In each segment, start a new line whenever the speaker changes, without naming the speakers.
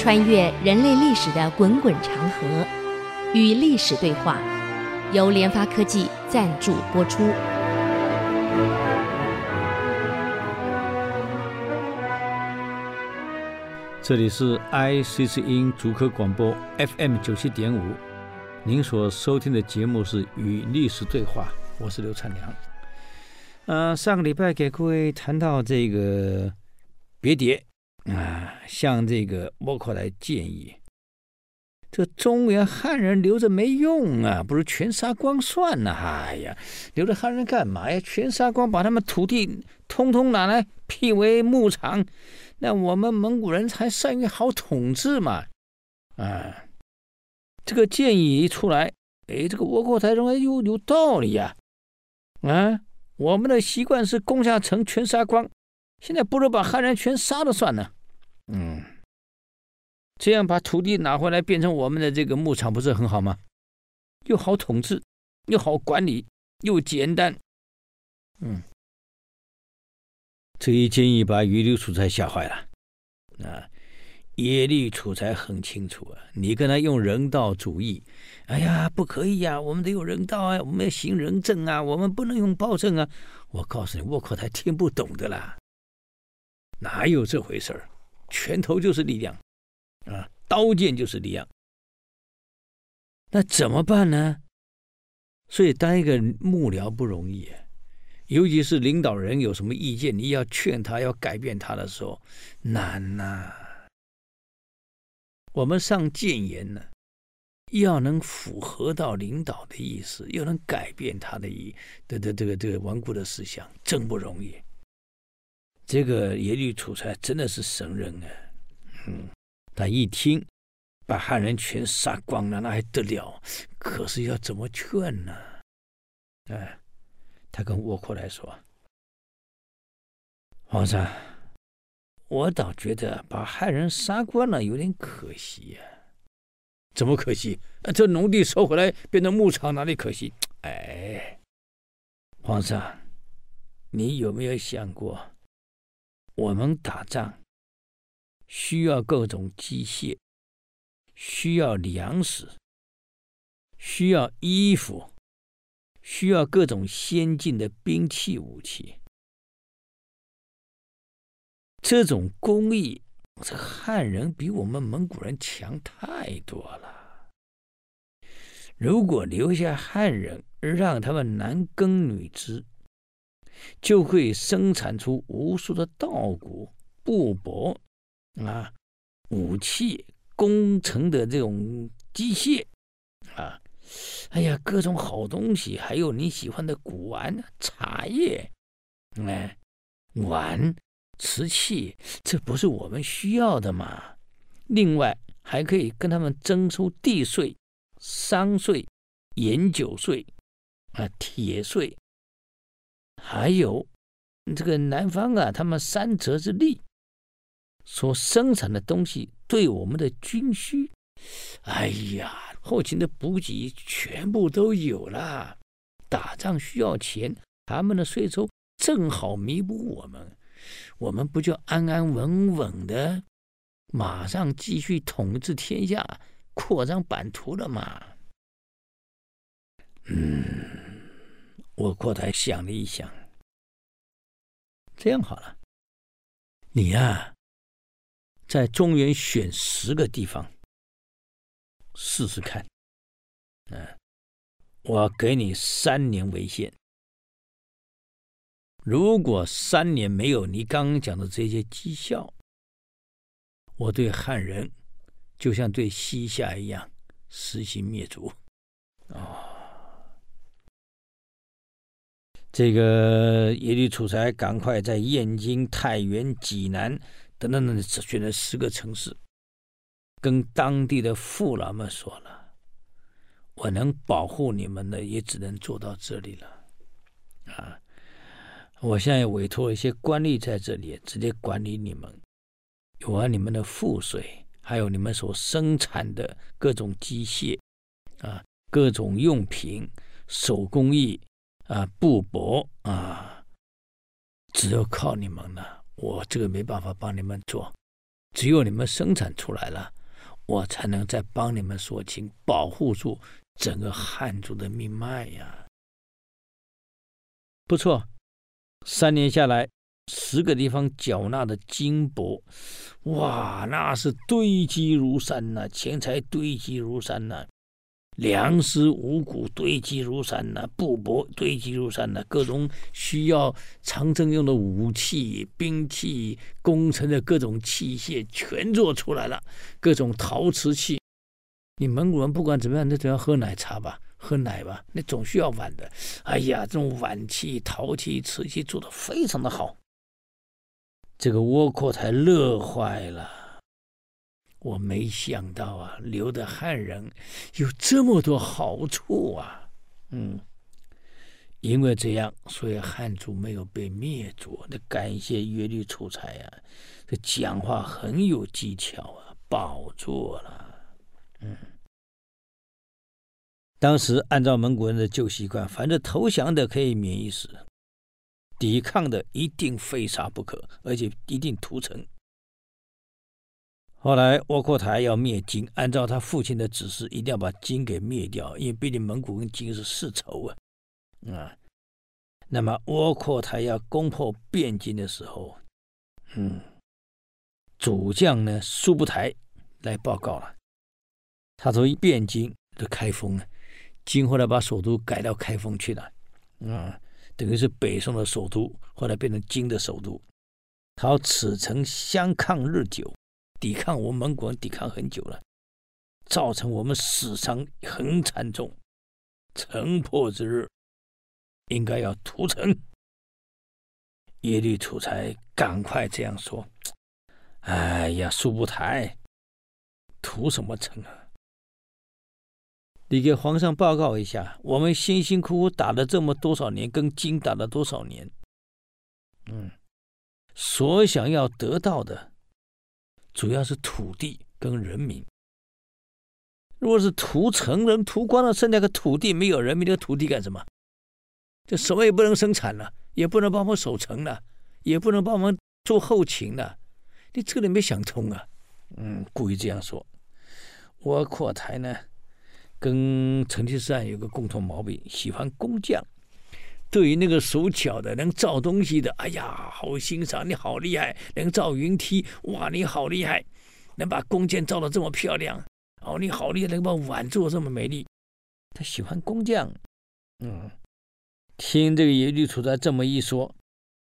穿越人类历史的滚滚长河，与历史对话，由联发科技赞助播出。
这里是 ICC 音竹科广播 FM 97.5，您所收听的节目是与历史对话，我是刘灿良。上个礼拜给各位谈到这个别谍向这个倭寇来建议，这中原汉人留着没用啊，不如全杀光算了。哎呀，留着汉人干嘛呀？全杀光，把他们土地通通拿来辟为牧场，那我们蒙古人才善于好统治嘛。这个建议一出来，这个倭寇才认为有道理呀。我们的习惯是攻下城全杀光，现在不如把汉人全杀了算了。这样把土地拿回来变成我们的这个牧场，不是很好吗？又好统治，又好管理，又简单。这一建议把耶律楚材吓坏了。耶律楚材很清楚你跟他用人道主义，哎呀，不可以呀，我们得有人道啊，我们要行仁政啊，我们不能用暴政啊。我告诉你，倭寇才听不懂的啦，哪有这回事儿？拳头就是力量刀剑就是力量。那怎么办呢？所以当一个幕僚不容易，尤其是领导人有什么意见，你要劝他要改变他的时候难我们上谏言呢，要能符合到领导的意思，又能改变他的这个顽固的思想，真不容易。这个耶律楚材真的是神人他一听把汉人全杀光了，那还得了？可是要怎么劝呢？他跟倭寇来说，皇上，我倒觉得把汉人杀光了有点可惜怎么可惜？这农地收回来变成牧场，哪里可惜？皇上，你有没有想过，我们打仗需要各种机械，需要粮食，需要衣服，需要各种先进的兵器武器。这种工艺，这汉人比我们蒙古人强太多了。如果留下汉人，让他们男耕女织，就会生产出无数的稻谷、布帛武器、工程的这种机械各种好东西，还有你喜欢的古玩、茶叶、碗、瓷器，这不是我们需要的吗？另外还可以跟他们征收地税、商税、盐酒税铁税，还有这个南方他们三泽之力所生产的东西对我们的军需，后勤的补给全部都有了。打仗需要钱，他们的税收正好弥补我们，我们不就安安稳稳的马上继续统治天下，扩张版图了吗？我后来想了一想，这样好了，你在中原选10个地方试试看，我给你3年为限。如果3年没有你刚刚讲的这些绩效，我对汉人就像对西夏一样实行灭族。这个耶律楚材赶快在燕京、太原、济南等等等选了10个城市，跟当地的父老们说了，我能保护你们的也只能做到这里了我现在委托一些官吏在这里直接管理你们，有你们的赋税，还有你们所生产的各种机械各种用品、手工艺布帛只有靠你们了，我这个没办法帮你们做， 只有你们生产出来了，我才能再帮你们说清，保护住整个汉族的命脉呀。不错，3年下来，10个地方缴纳的金帛，哇，那是堆积如山呐，钱财堆积如山呐，粮食五谷堆积如山呐，布帛堆积如山呐，各种需要长征用的武器、兵器、工程的各种器械全做出来了，各种陶瓷器。你蒙古人不管怎么样，那总要喝奶茶吧，喝奶吧，那总需要碗的。哎呀，这种碗器、陶器、瓷器做得非常的好。这个窝阔台乐坏了，我没想到啊，留的汉人有这么多好处啊。因为这样，所以汉族没有被灭族。那感谢约律出彩啊，这讲话很有技巧啊，保住了。当时按照蒙古人的旧习惯，凡是投降的可以免一死，抵抗的一定非杀不可，而且一定屠城。后来窝阔台要灭金，按照他父亲的指示，一定要把金给灭掉，因为毕竟蒙古跟金是世仇啊。那么窝阔台要攻破汴京的时候，主将呢苏不台来报告了，他从汴京的开封呢，金后来把首都改到开封去了，等于是北宋的首都，后来变成金的首都。他此城相抗日久，抵抗我们蒙古人抵抗很久了，造成我们死伤很惨重。城破之日，应该要屠城。耶律楚材赶快这样说：“哎呀，苏不台，屠什么城啊？你给皇上报告一下，我们辛辛苦苦打了这么多少年，跟金打了多少年，所想要得到的主要是土地跟人民。如果是屠城人屠光了，剩下个土地没有人民，这个土地干什么？这什么也不能生产了，也不能帮我们守城了，也不能帮我们做后勤了，你这个人没想通啊。故意这样说。窝阔台呢跟成吉思汗有个共同毛病，喜欢工匠。对于那个手巧的能造东西的，哎呀，好欣赏，你好厉害，能造云梯，哇，你好厉害，能把弓箭造得这么漂亮，你好厉害，能把碗做这么美丽。他喜欢工匠。听这个耶律楚材这么一说，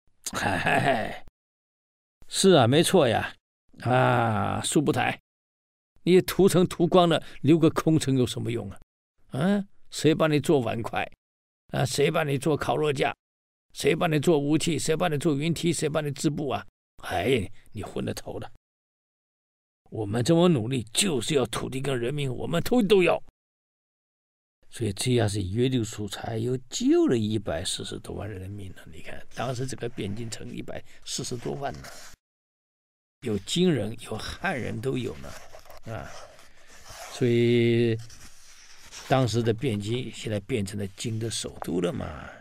是啊，没错呀。苏不台，你屠城屠光了，留个空城有什么用啊？谁帮你做碗筷啊？谁帮你做烤肉架？谁帮你做武器？谁帮你做云梯？谁帮你织布啊？你昏了头了。我们这么努力，就是要土地跟人民，我们都要。所以这要是约律楚材又救了140多万人的命了。你看当时这个汴京城140多万呢，有金人有汉人都有呢。所以当时的汴京现在变成了金的首都了嘛。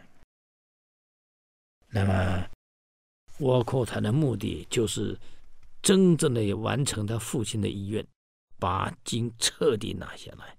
那么窝阔台的目的就是真正的完成他父亲的遗愿，把金彻底拿下来。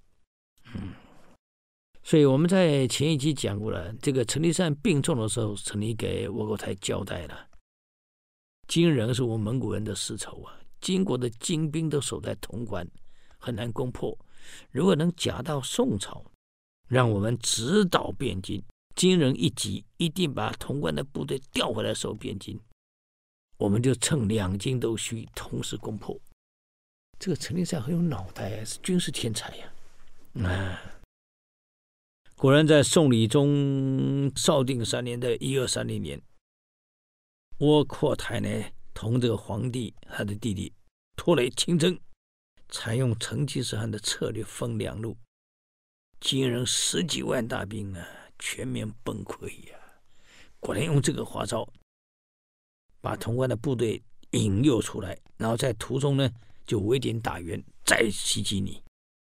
所以我们在前一集讲过了，这个成吉思汗病重的时候，陈立给窝阔台交代了，金人是我们蒙古人的世仇啊，金国的金兵都守在潼关，很难攻破。如果能假到宋朝，让我们直捣汴京，金人一急，一定把潼关的部队调回来守汴京，我们就趁2京都虚，同时攻破。这个成吉思汗很有脑袋，是军事天才呀。果然在宋理宗绍定3年的1230年，窝阔台呢同这个皇帝他的弟弟拖雷亲征，采用成吉思汗的策略分2路，金人10几万大兵啊，全面崩溃呀。果然用这个花招，把潼关的部队引诱出来，然后在途中呢就围点打援，再袭击你。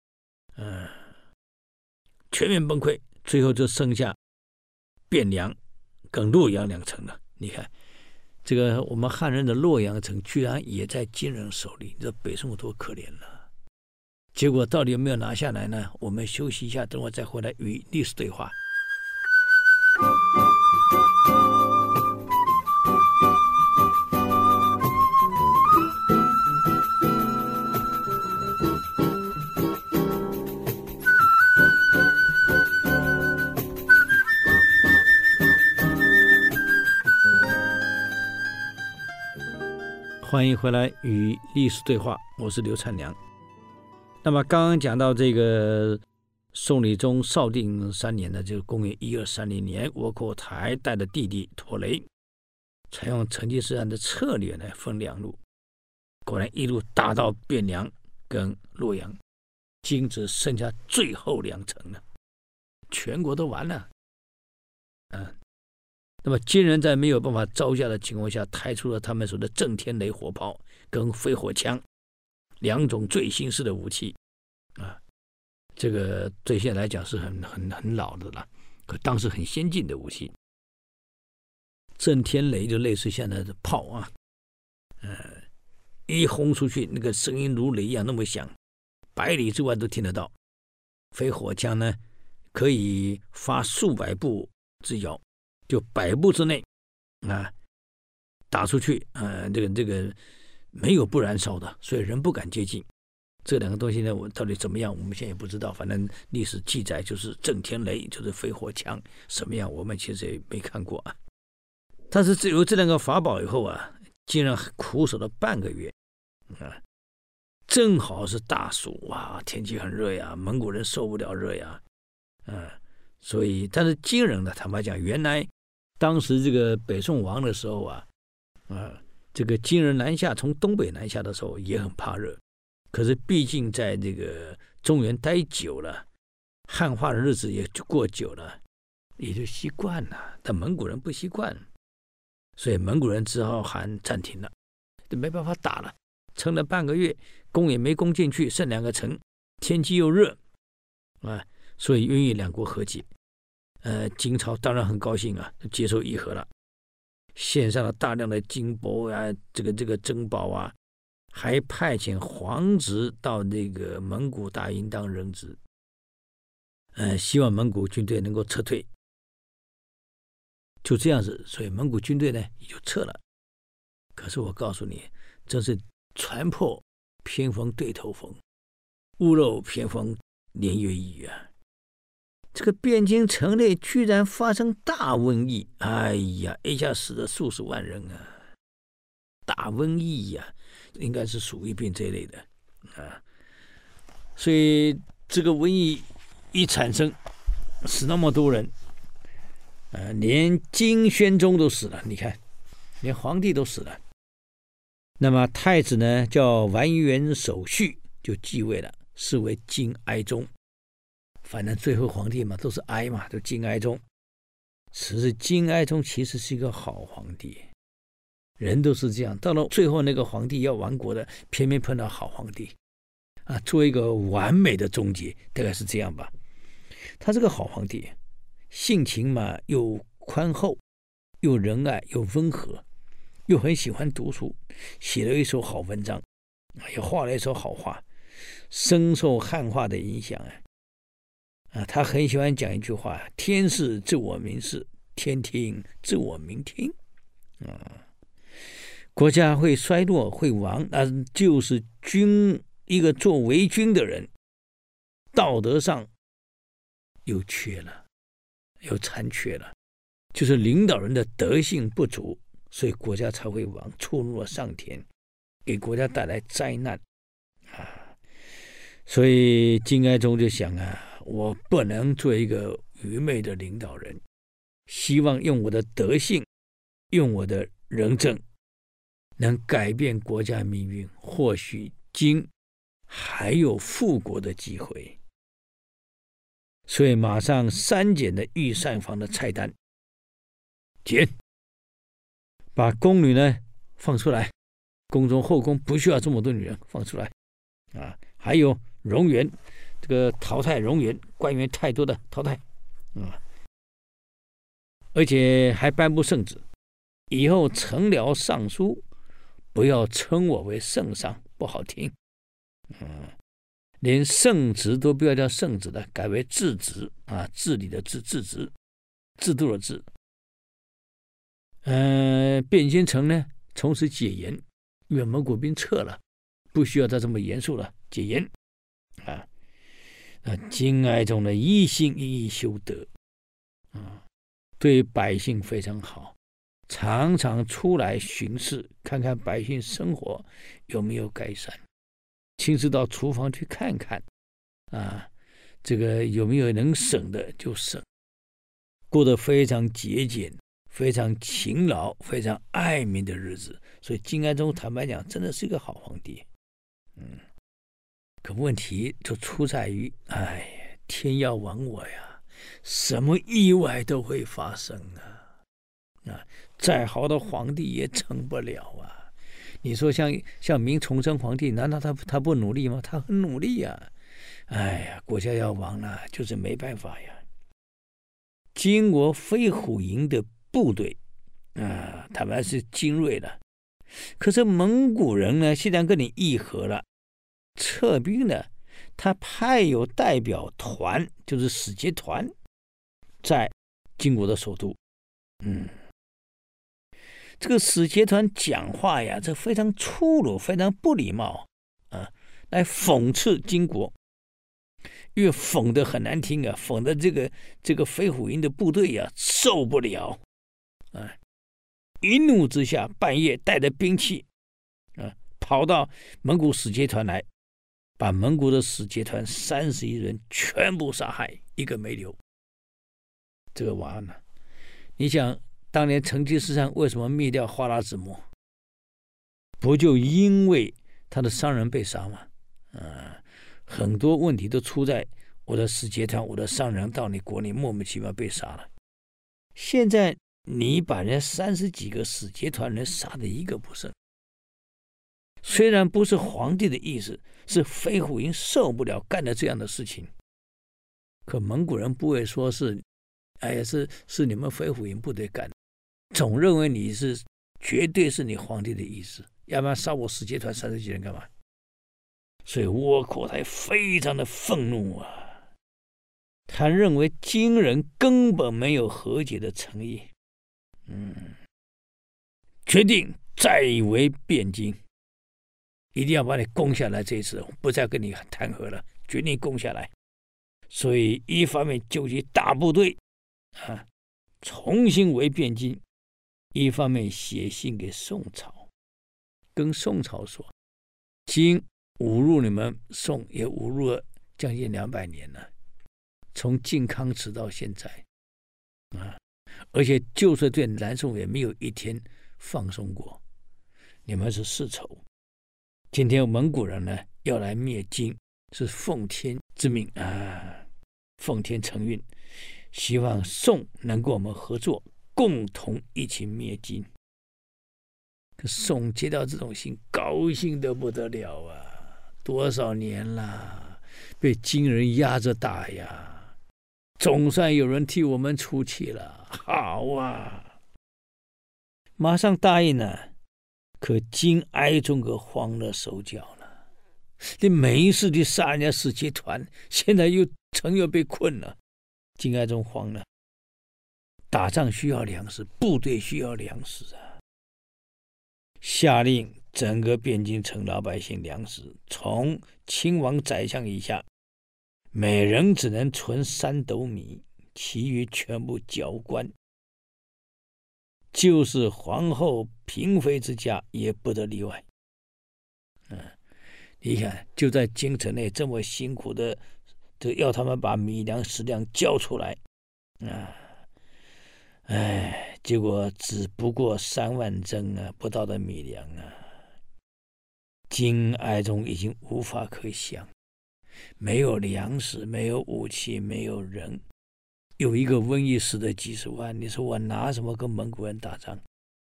全面崩溃，最后就剩下汴梁跟洛阳2城了。你看这个我们汉人的洛阳城居然也在金人手里，你知道北宋有多可怜了。结果到底有没有拿下来呢？我们休息一下，等会再回来与历史对话。欢迎回来与历史对话，我是刘灿良。那么刚刚讲到这个宋理宗绍定3年呢，就是公元1230年，倭寇台带的弟弟妥雷采用成吉思汗的策略呢，分2路，果然一路打到汴梁跟洛阳，金只剩下最后2城了，全国都完了。那么金人在没有办法招架的情况下，抬出了他们所的震天雷火炮跟飞火枪2种最新式的武器这个对现在来讲是很老的了，可当时很先进的武器。震天雷就类似现在的炮一轰出去，那个声音如雷一样那么响，100里之外都听得到。飞火枪呢，可以发数百步之遥，就100步之内打出去这个没有不燃烧的，所以人不敢接近。这2个东西呢，我到底怎么样，我们现在也不知道。反正历史记载就是震天雷，就是飞火枪，什么样我们其实也没看过但是有这2个法宝以后竟然苦守了半个月正好是大暑天气很热呀，蒙古人受不了热呀所以但是金人呢，坦白讲，原来当时这个北宋亡的时候这个金人南下，从东北南下的时候也很怕热，可是毕竟在这个中原待久了，汉化的日子也过久了，也就习惯了。但蒙古人不习惯，所以蒙古人只好喊暂停了，就没办法打了。撑了半个月，攻也没攻进去，剩2个城，天气又热所以愿意2国和解。金朝当然很高兴接受议和了，献上了大量的金帛这个珍宝还派遣皇侄到那个蒙古大营当人质，希望蒙古军队能够撤退。就这样子，所以蒙古军队呢也就撤了。可是我告诉你，这是船破偏逢对头逢，屋漏偏逢连夜雨这个汴京城内居然发生大瘟疫，一下死了数十万人大瘟疫应该是鼠疫病这一类的所以这个瘟疫一产生，死那么多人连金宣宗都死了，你看，连皇帝都死了。那么太子呢，叫完颜守绪，就继位了，是为金哀宗。反正最后皇帝嘛，都是哀嘛，都金哀宗。只是金哀宗其实是一个好皇帝，人都是这样，到了最后那个皇帝要亡国的，偏偏碰到好皇帝做一个完美的终结，大概是这样吧。他这个好皇帝，性情嘛又宽厚，又仁爱，又温和，又很喜欢读书，写了一手好文章，也画了一手好画，深受汉化的影响他很喜欢讲一句话：天视自我民视，天听自我民听国家会衰落会亡，那就是一个做为君的人道德上有缺了，有残缺了，就是领导人的德性不足，所以国家才会亡，触怒了上天，给国家带来灾难所以金哀宗就想我不能做一个愚昧的领导人，希望用我的德性，用我的仁政，能改变国家命运，或许金还有复国的机会。所以马上删减了御膳房的菜单，减，把宫女呢放出来，宫中后宫不需要这么多女人，放出来还有容员，这个淘汰容员，官员太多的淘汰而且还颁布圣旨， 以后成了尚书，不要称我为圣上，不好听。连圣职都不要叫圣职了，改为治职啊，治理的治，治职，制度的制。卞先成呢，从此解严，因为蒙古兵撤了，不需要再这么严肃了，解严啊。金哀宗呢，一心一意修德对百姓非常好，常常出来巡视，看看百姓生活有没有改善，亲自到厨房去看看这个有没有能省的就省，过得非常节俭，非常勤劳，非常爱民的日子。所以金哀宗坦白讲，真的是一个好皇帝。可问题就出在于，天要亡我呀，什么意外都会发生再好的皇帝也成不了啊。你说像明崇祯皇帝，难道他不努力吗？他很努力呀。国家要亡了，就是没办法呀。金国飞虎营的部队他们是精锐了，可是蒙古人呢，现在跟你议和了，撤兵呢，他派有代表团，就是使节团，在金国的首都。这个使节团讲话呀，这非常粗鲁，非常不礼貌来讽刺金国，因为讽得很难听讽得这个飞虎营的部队受不了一怒之下，半夜带着兵器跑到蒙古使节团来，把蒙古的使节团31人全部杀害，一个没留。这个完了。你想当年成吉思汗为什么灭掉花剌子模？不就因为他的商人被杀吗？很多问题都出在我的使节团，我的商人到你国内莫名其妙被杀了。现在你把人家30几个使节团人杀的一个不剩，虽然不是皇帝的意思，是飞虎营受不了干的这样的事情，可蒙古人不会说是是你们飞虎营部队干的，总认为你是绝对是你皇帝的意思，要不然杀我使节团30几人干嘛？所以倭寇台非常的愤怒他认为金人根本没有和解的诚意，决定再为汴京，一定要把你攻下来。这一次不再跟你谈和了，决定攻下来。所以一方面纠集大部队重新围汴京，一方面写信给宋朝，跟宋朝说，金侮辱你们宋，也侮辱了将近200年了，从靖康耻到现在而且就是对南宋也没有一天放松过，你们是世仇。今天蒙古人呢要来灭金，是奉天之命奉天承运，希望宋能跟我们合作，共同一起灭金。可宋接到这种信，高兴得不得了多少年了，被金人压着打呀，总算有人替我们出气了，好马上答应了。可金哀宗可慌了手脚了，你没事的杀人家使节团，现在又被困了，金哀宗慌了。打仗需要粮食，部队需要粮食下令整个汴京城老百姓粮食，从亲王宰相以下，每人只能存3斗米，其余全部交官。就是皇后嫔妃之家也不得例外。你看就在京城内这么辛苦的要他们把米粮食粮交出来结果只不过3万征不到的米粮金哀宗已经无法可想，没有粮食，没有武器，没有人，有一个瘟疫死的几十万，你说我拿什么跟蒙古人打仗？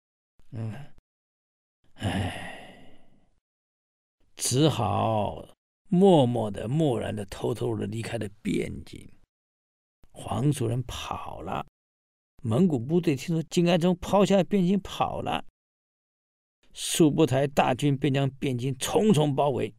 只好漠然的偷偷的离开了汴京。皇族人跑了， 蒙古部队听说金哀宗抛下汴京跑了，速不台大军便将汴京重重包围，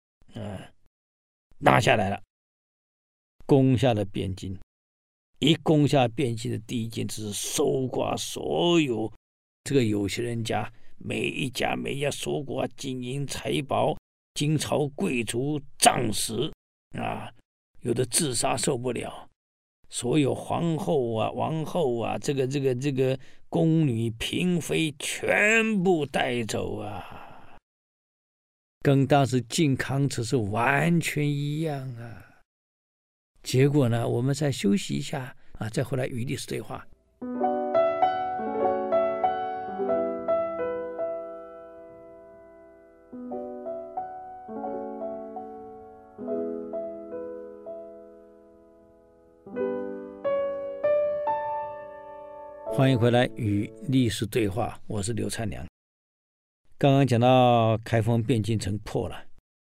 拿下来了，攻下了汴京。一攻下汴京的第一件事是搜刮所有这个有钱人家，每一家搜刮金银财宝，金朝贵族仗死有的自杀受不了，所有皇后啊、王后啊，这个宫女嫔妃全部带走啊，跟当时靖康耻是完全一样啊。结果呢，我们再休息一下再回来与历史对话。欢迎回来与历史对话，我是刘灿良。刚刚讲到开封汴京城破了，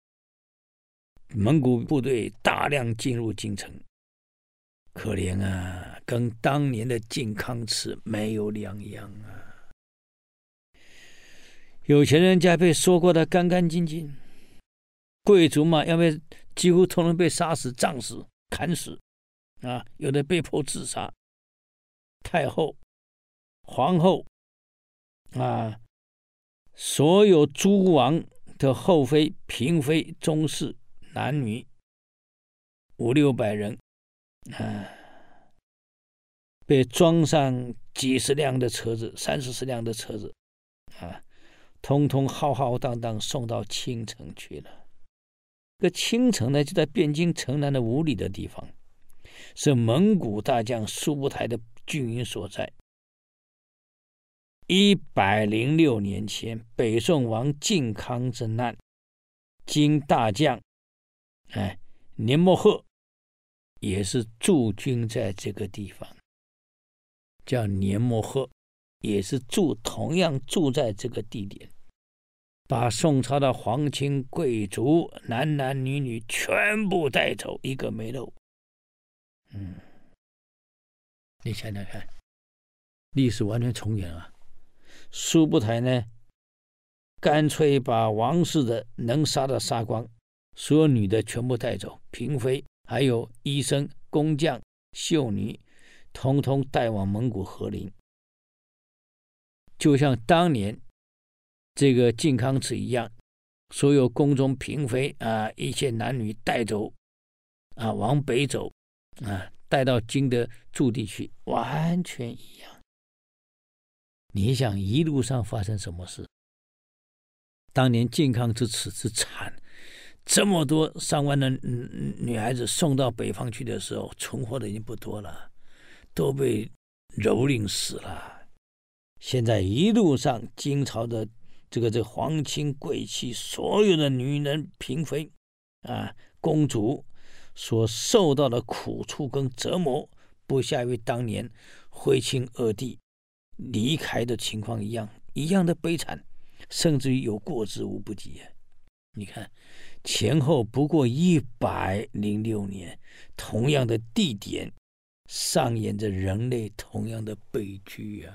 蒙古部队大量进入京城，可怜啊，跟当年的靖康耻没有两样啊。有钱人家被收刮得干干净净，贵族嘛，要被几乎统统被杀死、杖死、砍死有的被迫自杀。太后、皇后所有诸王的后妃、嫔妃、宗室、男女500-600人被装上几十辆的车子，30-40辆的车子通通浩浩荡荡送到青城去了。这青城呢，就在汴京城南的5里的地方，是蒙古大将速不台的军营所在。106年前，北宋王靖康之难，金大将年莫贺也是驻军在这个地方，叫年莫贺，也是同样住在这个地点，把宋朝的皇亲贵族男男女女全部带走，一个没漏。你想想看，历史完全重演啊！速不台呢，干脆把王室的能杀的杀光，所有女的全部带走，嫔妃还有医生、工匠、秀女，通通带往蒙古和林。就像当年这个靖康耻一样，所有宫中嫔妃一些男女带走往北走带到金的驻地去，完全一样。你想一路上发生什么事？当年靖康之耻之惨，这么多上万的女孩子送到北方去的时候，存活的已经不多了，都被蹂躏死了。现在一路上金朝的这个皇亲贵戚，所有的女人嫔妃公主所受到的苦处跟折磨，不下于当年徽钦2帝离开的情况一样的悲惨，甚至于有过之无不及。你看前后不过106年，同样的地点上演着人类同样的悲剧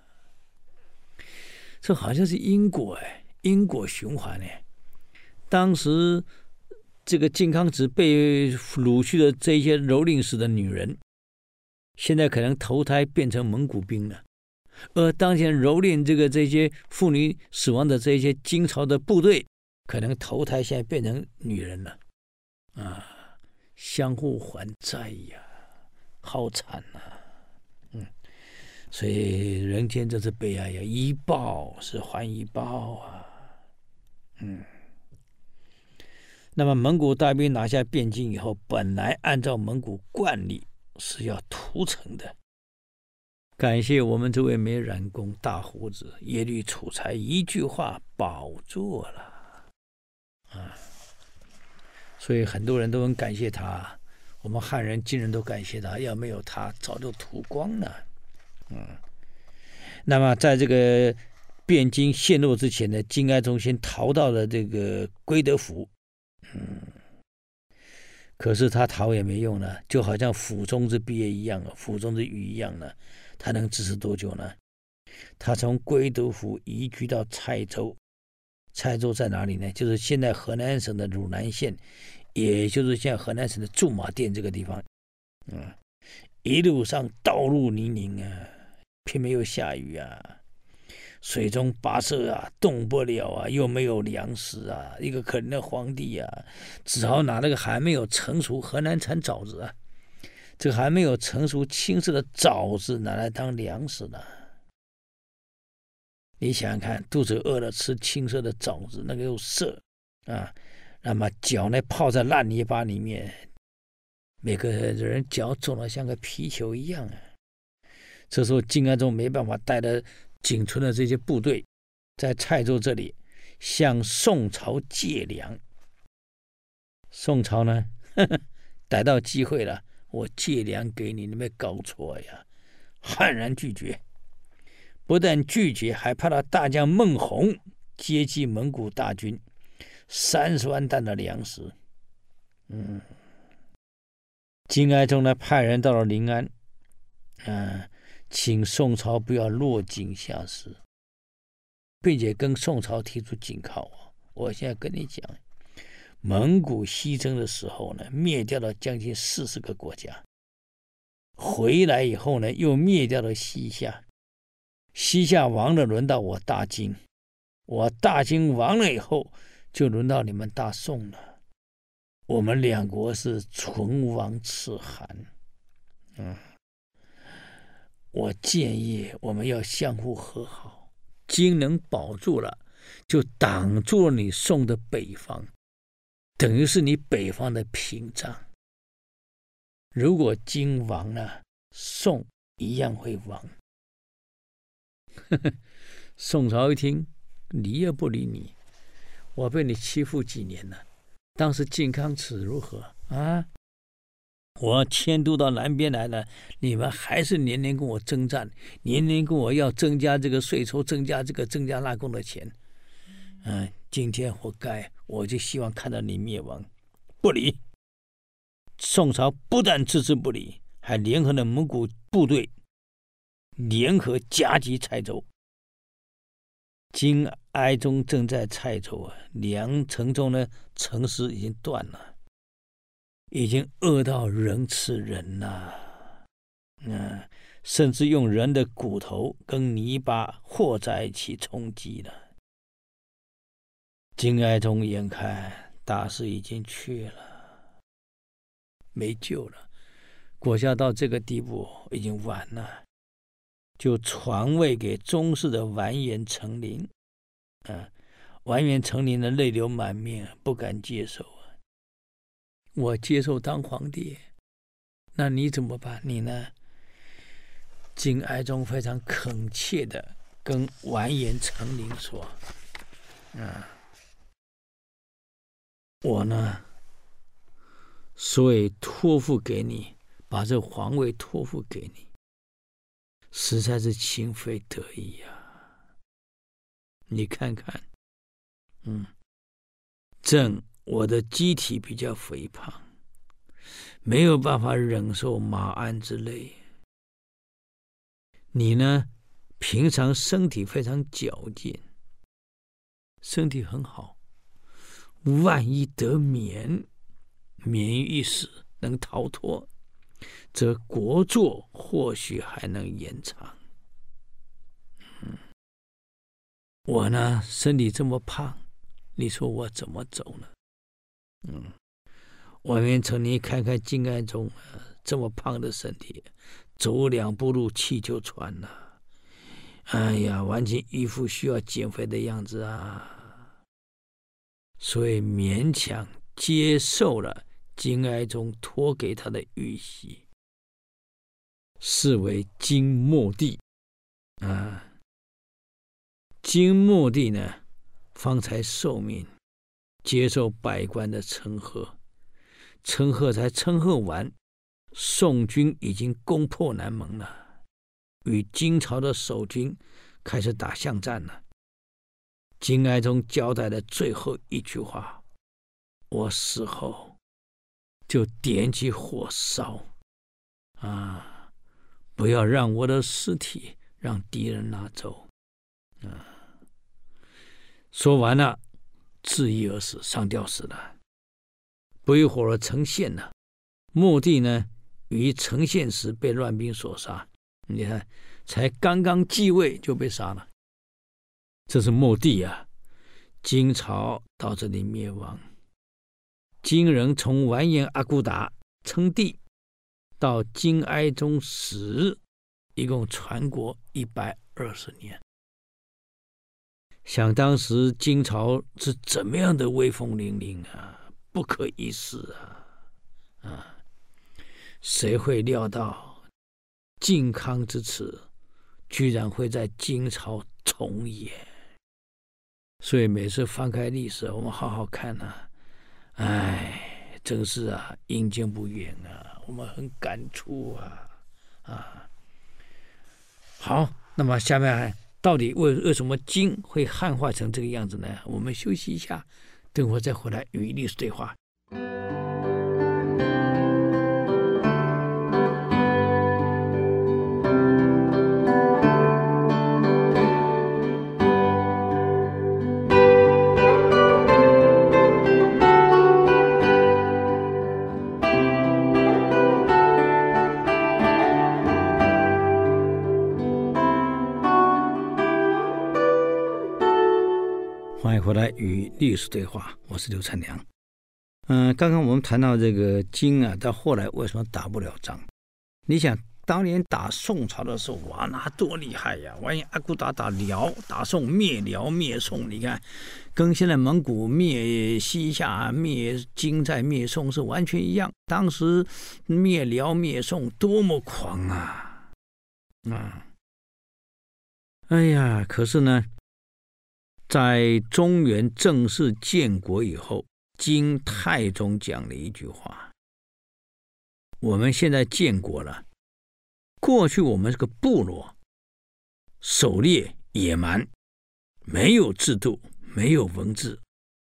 这好像是因果循环当时这个靖康耻被掳去的这些蹂躏死的女人，现在可能投胎变成蒙古兵了，而当前蹂躏这些妇女死亡的这些金朝的部队，可能投胎现在变成女人了相互还债呀，好惨所以人间这是悲哀呀，一报是还一报那么蒙古大兵拿下汴京以后，本来按照蒙古惯例是要屠城的，感谢我们这位没染工大胡子耶律楚材一句话保住了所以很多人都很感谢他，我们汉人、金人都感谢他，要没有他早就屠光了那么在这个汴京陷落之前呢，金哀宗先逃到了这个归德府可是他逃也没用了，就好像府中之鳖一样，府中之鱼一样了， 他能支持多久呢？他从归德府移居到蔡州，蔡州在哪里呢？就是现在河南省的汝南县，也就是现在河南省的驻马店这个地方。一路上道路泥泞啊，偏没有下雨啊，水中跋涉啊，动不了啊，又没有粮食啊，一个可怜的皇帝啊，只好拿那个还没有成熟，河南产枣子啊，这个还没有成熟青色的枣子拿来当粮食了。你想想看，肚子饿了吃青色的枣子，那个又涩啊，那么脚呢泡在烂泥巴里面，每个人脚肿得像个皮球一样啊。这时候金安中没办法，带着仅存的这些部队，在蔡州这里向宋朝借粮。宋朝呢，逮到机会了，我借粮给你，你没搞错呀？悍然拒绝。不但拒绝，还派了大将孟宏接济蒙古大军30万担的粮食。金哀宗呢派人到了临安，请宋朝不要落井下石，并且跟宋朝提出警告啊！我现在跟你讲，蒙古西征的时候呢，灭掉了将近40个国家，回来以后呢，又灭掉了西夏。西夏亡了，轮到我大金；我大金亡了以后，就轮到你们大宋了。我们两国是唇亡齿寒。我建议我们要相互和好，金能保住了，就挡住了你宋的北方，等于是你北方的屏障。如果金亡了，宋一样会亡。宋朝一听，理也不理你，我被你欺负几年了，当时靖康耻如何啊？我迁都到南边来了，你们还是年年跟我征战，年年跟我要增加这个税收，增加纳贡的钱。今天活该，我就希望看到你灭亡。不理。宋朝不但置之不理，还联合了蒙古部队，联合夹击蔡州。金哀宗正在蔡州啊，梁城中呢，城市已经断了，已经饿到人吃人了。甚至用人的骨头跟泥巴和在一起充饥了。金哀宗眼看大势已经去了，没救了，国家到这个地步已经晚了，就传位给宗室的完颜成林。完颜成林的泪流满面，不敢接受啊！我接受当皇帝，那你怎么办？你呢？金哀宗非常恳切的跟完颜成林说：我呢，所以托付给你，把这皇位托付给你，实在是情非得已呀。你看看，我的机体比较肥胖，没有办法忍受马鞍之累。你呢，平常身体非常矫健，身体很好，万一得免于一死，能逃脱，则国祚或许还能延长。我呢，身体这么胖，你说我怎么走呢？完颜成林看看金哀宗这么胖的身体，走2步路气就喘了。哎呀，完全一副需要减肥的样子啊！所以勉强接受了金哀宗托给他的玉玺，视为金末帝啊。金末帝呢，方才受命接受百官的称贺，称贺才称贺完，宋军已经攻破南门了，与金朝的守军开始打巷战了。金哀宗交代的最后一句话：我死后就点起火烧不要让我的尸体让敌人拿走。说完了，自缢而死，上吊死了。不一会儿，成宪了。末帝呢，于成宪时被乱兵所杀。你看，才刚刚继位就被杀了。这是末帝啊。金朝到这里灭亡。金人从完颜阿骨打称帝到金哀宗死，一共传国120年。想当时金朝是怎么样的威风凛凛啊，不可一世啊！谁会料到靖康之耻居然会在金朝重演？所以每次翻开历史，我们好好看啊！哎，真是啊，阴间不远啊，我们很感触啊！好，那么下面到底为什么金会汉化成这个样子呢？我们休息一下，等会儿再回来与历史对话。欢迎回来与历史对话，我是刘灿良。刚刚我们谈到这个金啊，到后来为什么打不了仗？你想当年打宋朝的时候，哇，那多厉害呀！完颜阿骨打打辽，打宋，灭辽灭宋，你看，跟现在蒙古灭西夏、灭金再灭宋是完全一样。当时灭辽灭宋多么狂啊！哎呀，可是呢，在中原正式建国以后，金太宗讲了一句话：我们现在建国了，过去我们是个部落，狩猎野蛮，没有制度，没有文字，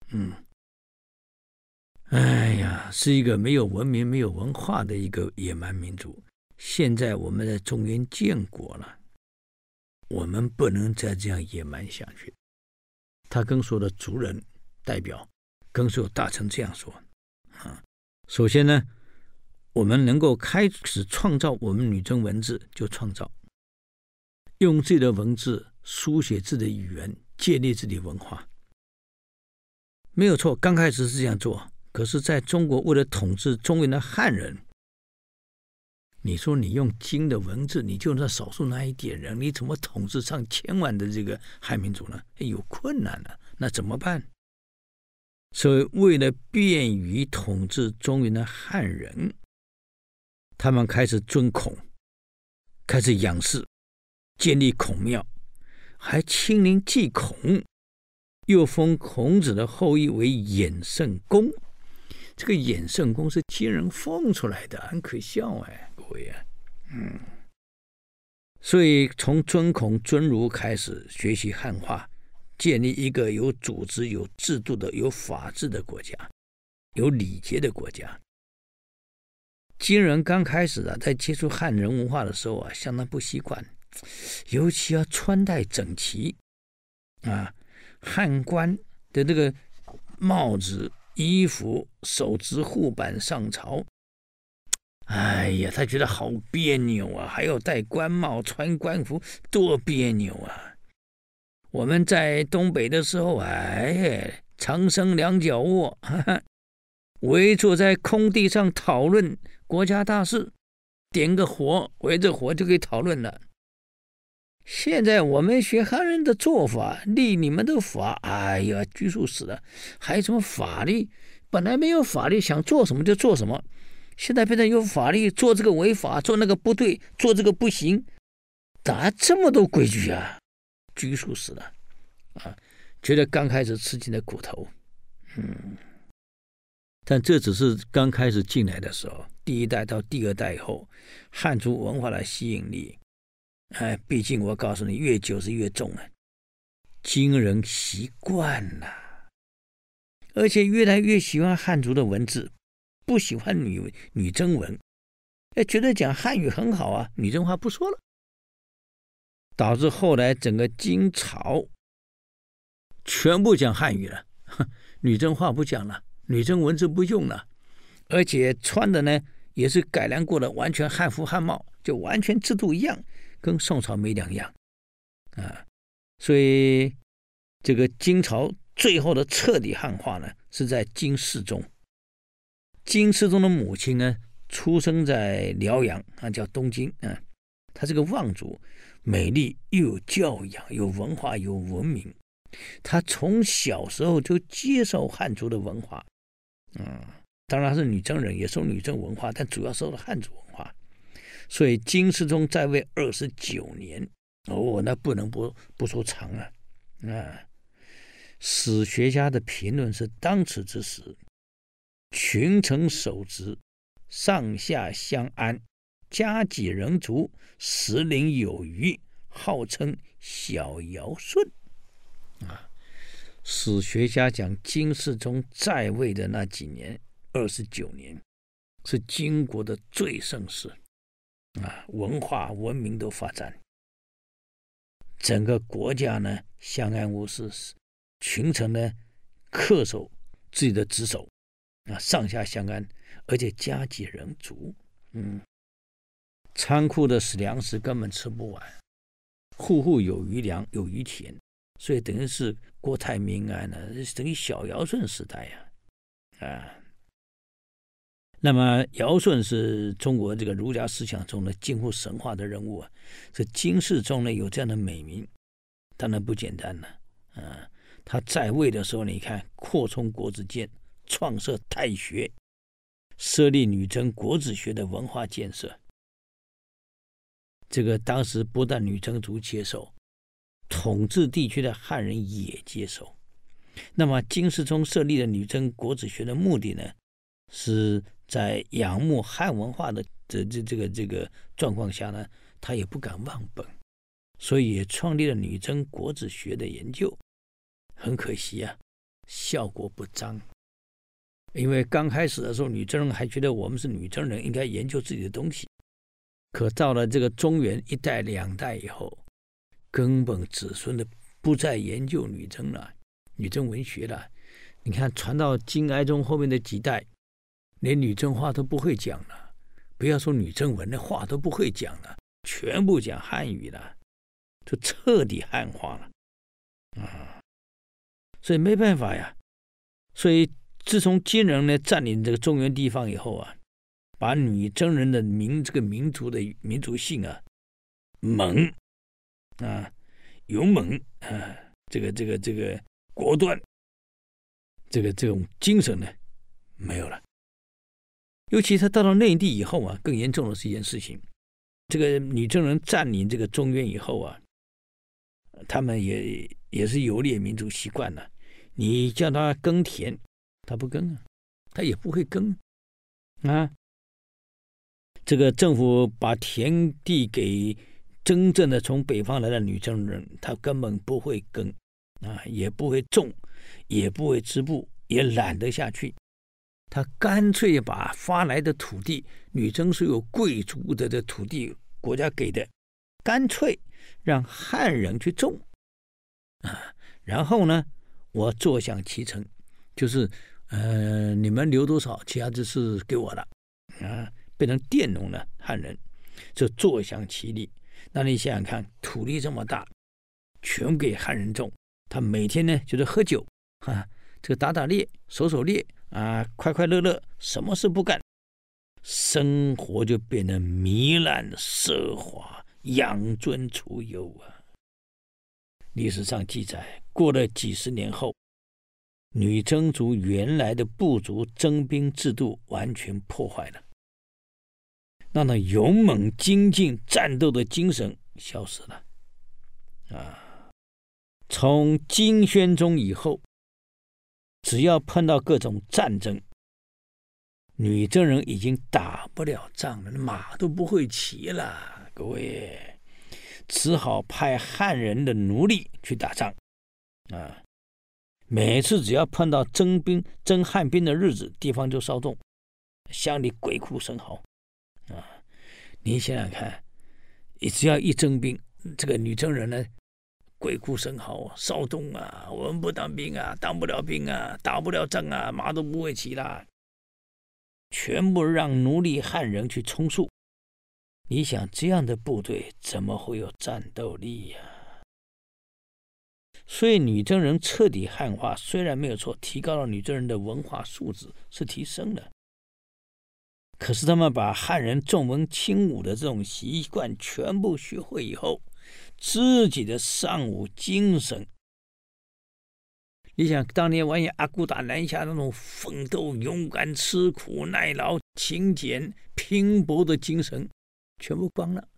哎呀，是一个没有文明、没有文化的一个野蛮民族。现在我们在中原建国了，我们不能再这样野蛮下去。他跟所有的族人代表，跟所有大臣这样说首先呢，我们能够开始创造我们女真文字，就创造，用自己的文字书写自己的语言，建立自己的文化，没有错。刚开始是这样做，可是在中国为了统治中原的汉人，你说你用金的文字，你就那少数那一点人，你怎么统治上千万的这个汉民族呢？有困难了，那怎么办？所以为了便于统治中原的汉人，他们开始尊孔，开始仰视，建立孔庙，还亲临祭孔，又封孔子的后裔为衍圣公。这个衍圣公是金人封出来的，很可笑各位啊。所以从尊孔尊儒开始学习汉化，建立一个有组织、有制度的、有法治的国家，有礼节的国家。金人刚开始在接触汉人文化的时候相当不习惯，尤其要穿戴整齐汉官的这个帽子、衣服、手执护板上朝，哎呀，他觉得好别扭啊！还要戴官帽、穿官服，多别扭啊！我们在东北的时候，长生两脚卧，围坐在空地上讨论国家大事，点个火，围着火就可以讨论了。现在我们学汉人的做法，立你们的法，哎呀，拘束死了！还有什么法律？本来没有法律，想做什么就做什么。现在变成有法律，做这个违法，做那个不对，做这个不行，打这么多规矩啊，拘束死了觉得刚开始吃尽了苦头。但这只是刚开始进来的时候，第一代到第二代以后，汉族文化的吸引力，毕竟我告诉你，越久是越重金人习惯了，而且越来越喜欢汉族的文字，不喜欢女真文。 觉得讲汉语很好啊，女真话不说了，导致后来整个金朝全部讲汉语了，女真话不讲了，女真文字不用了，而且穿的呢也是改良过的，完全汉服汉帽，就完全制度一样，跟宋朝没两样啊。所以这个金朝最后的彻底汉化呢，是在金世宗。金世宗的母亲呢，出生在辽阳啊，叫东京啊。她是个望族，美丽又有教养，有文化，有文明。她从小时候就接受汉族的文化，当然是女真人，也受女真文化，但主要受了汉族文化。所以金世宗在位29年，那不能不说长啊。史学家的评论是：当此之时，群臣守职，上下相安，家己人足，时龄有余，号称小尧舜。史学家讲金世宗在位的那几年，29年，是金国的最盛世文化文明都发展，整个国家呢相安无事，群臣呢恪守自己的职守上下相安，而且家己人足。仓库的粮食根本吃不完，户户有余粮，有余田，所以等于是国泰民安呢，等于小尧舜时代那么尧舜是中国这个儒家思想中的近乎神话的人物这金世宗呢有这样的美名，当然不简单了他在位的时候，你看扩充国子监，创设太学，设立女真国子学的文化建设。这个当时不但女真族接受，统治地区的汉人也接受。那么金世宗设立的女真国子学的目的呢，是在仰慕汉文化的这个状况下呢，他也不敢忘本，所以也创立了女真国子学的研究。很可惜效果不彰。因为刚开始的时候，女真人还觉得我们是女真人，应该研究自己的东西。可到了这个中原1代2代以后，根本子孙的不再研究女真了，女真文学了。你看传到金哀宗后面的几代，连女真话都不会讲了，不要说女真文的话都不会讲了，全部讲汉语了，就彻底汉化了所以没办法呀。所以自从金人呢占领这个中原地方以后把女真人的这个民族性猛勇猛这个果断这种精神呢没有了。尤其他到了内地以后更严重的是一件事情，这个女真人占领这个中原以后他们也是游猎民族习惯了，你叫他耕田他不耕他也不会耕这个政府把田地给真正的从北方来的女真人，他根本不会耕也不会种，也不会织布，也懒得下去。他干脆把发来的土地，女真是有贵族的土地，国家给的，干脆让汉人去种然后呢，我坐享其成，就是你们留多少，其他就是给我了变成佃农了，汉人就坐享其利。那你想想看，土地这么大，全给汉人种，他每天呢就是喝酒这个打猎，狩猎快快乐乐，什么事不干，生活就变得糜烂奢华，养尊处优历史上记载，过了几十年后，女真族原来的部族征兵制度完全破坏了，那勇猛精进战斗的精神消失了从金宣宗以后，只要碰到各种战争，女真人已经打不了仗了，马都不会骑了，各位只好派汉人的奴隶去打仗每次只要碰到征汉兵的日子，地方就骚动，乡里鬼哭神嚎你想想看，你只要一征兵，这个女真人呢，鬼哭神嚎，骚动啊，我们不当兵啊，当不了兵啊，打不了仗啊，马都不会骑啦，全部让奴隶汉人去充数。你想这样的部队怎么会有战斗力呀？所以女真人彻底汉化虽然没有错，提高了女真人的文化素质，是提升了。可是他们把汉人重文轻武的这种习惯全部学会以后，自己的尚武精神，你想当年完颜阿骨打南下那种奋斗、勇敢、吃苦耐劳、勤俭拼搏的精神全部光了，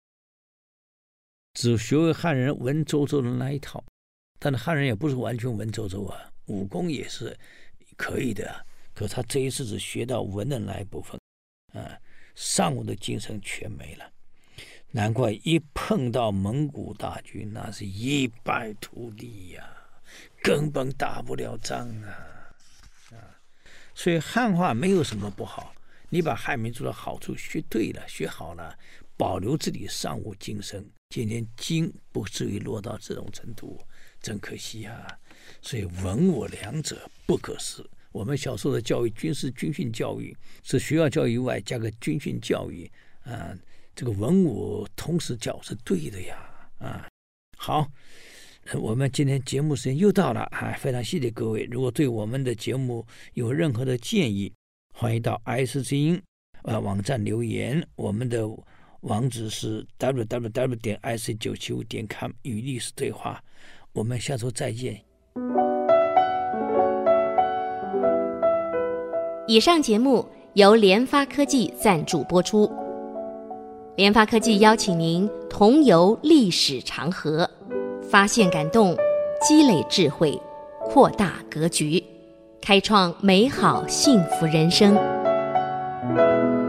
只学会汉人文绉绉的那一套。但是汉人也不是完全文绉绉啊，武功也是可以的啊，可他这一次只学到文的那一部分啊，尚武的精神全没了。难怪一碰到蒙古大军，那是一败涂地呀，根本打不了仗啊！所以汉化没有什么不好，你把汉民族的好处学对了、学好了，保留自己尚武精神，今天经不至于落到这种程度，真可惜啊！所以文武两者不可失。我们小时候的教育，军训教育是学校教育外加个军训教育啊，这个文武同时教是对的呀啊！好，我们今天节目时间又到了啊，非常谢谢各位。如果对我们的节目有任何的建议，欢迎到 IC 之音网站留言，我们的网址是 www.ic975.com 与历史对话。我们下周再见。
以上节目由联发科技赞助播出。联发科技邀请您同游历史长河，发现感动，积累智慧，扩大格局，开创美好幸福人生。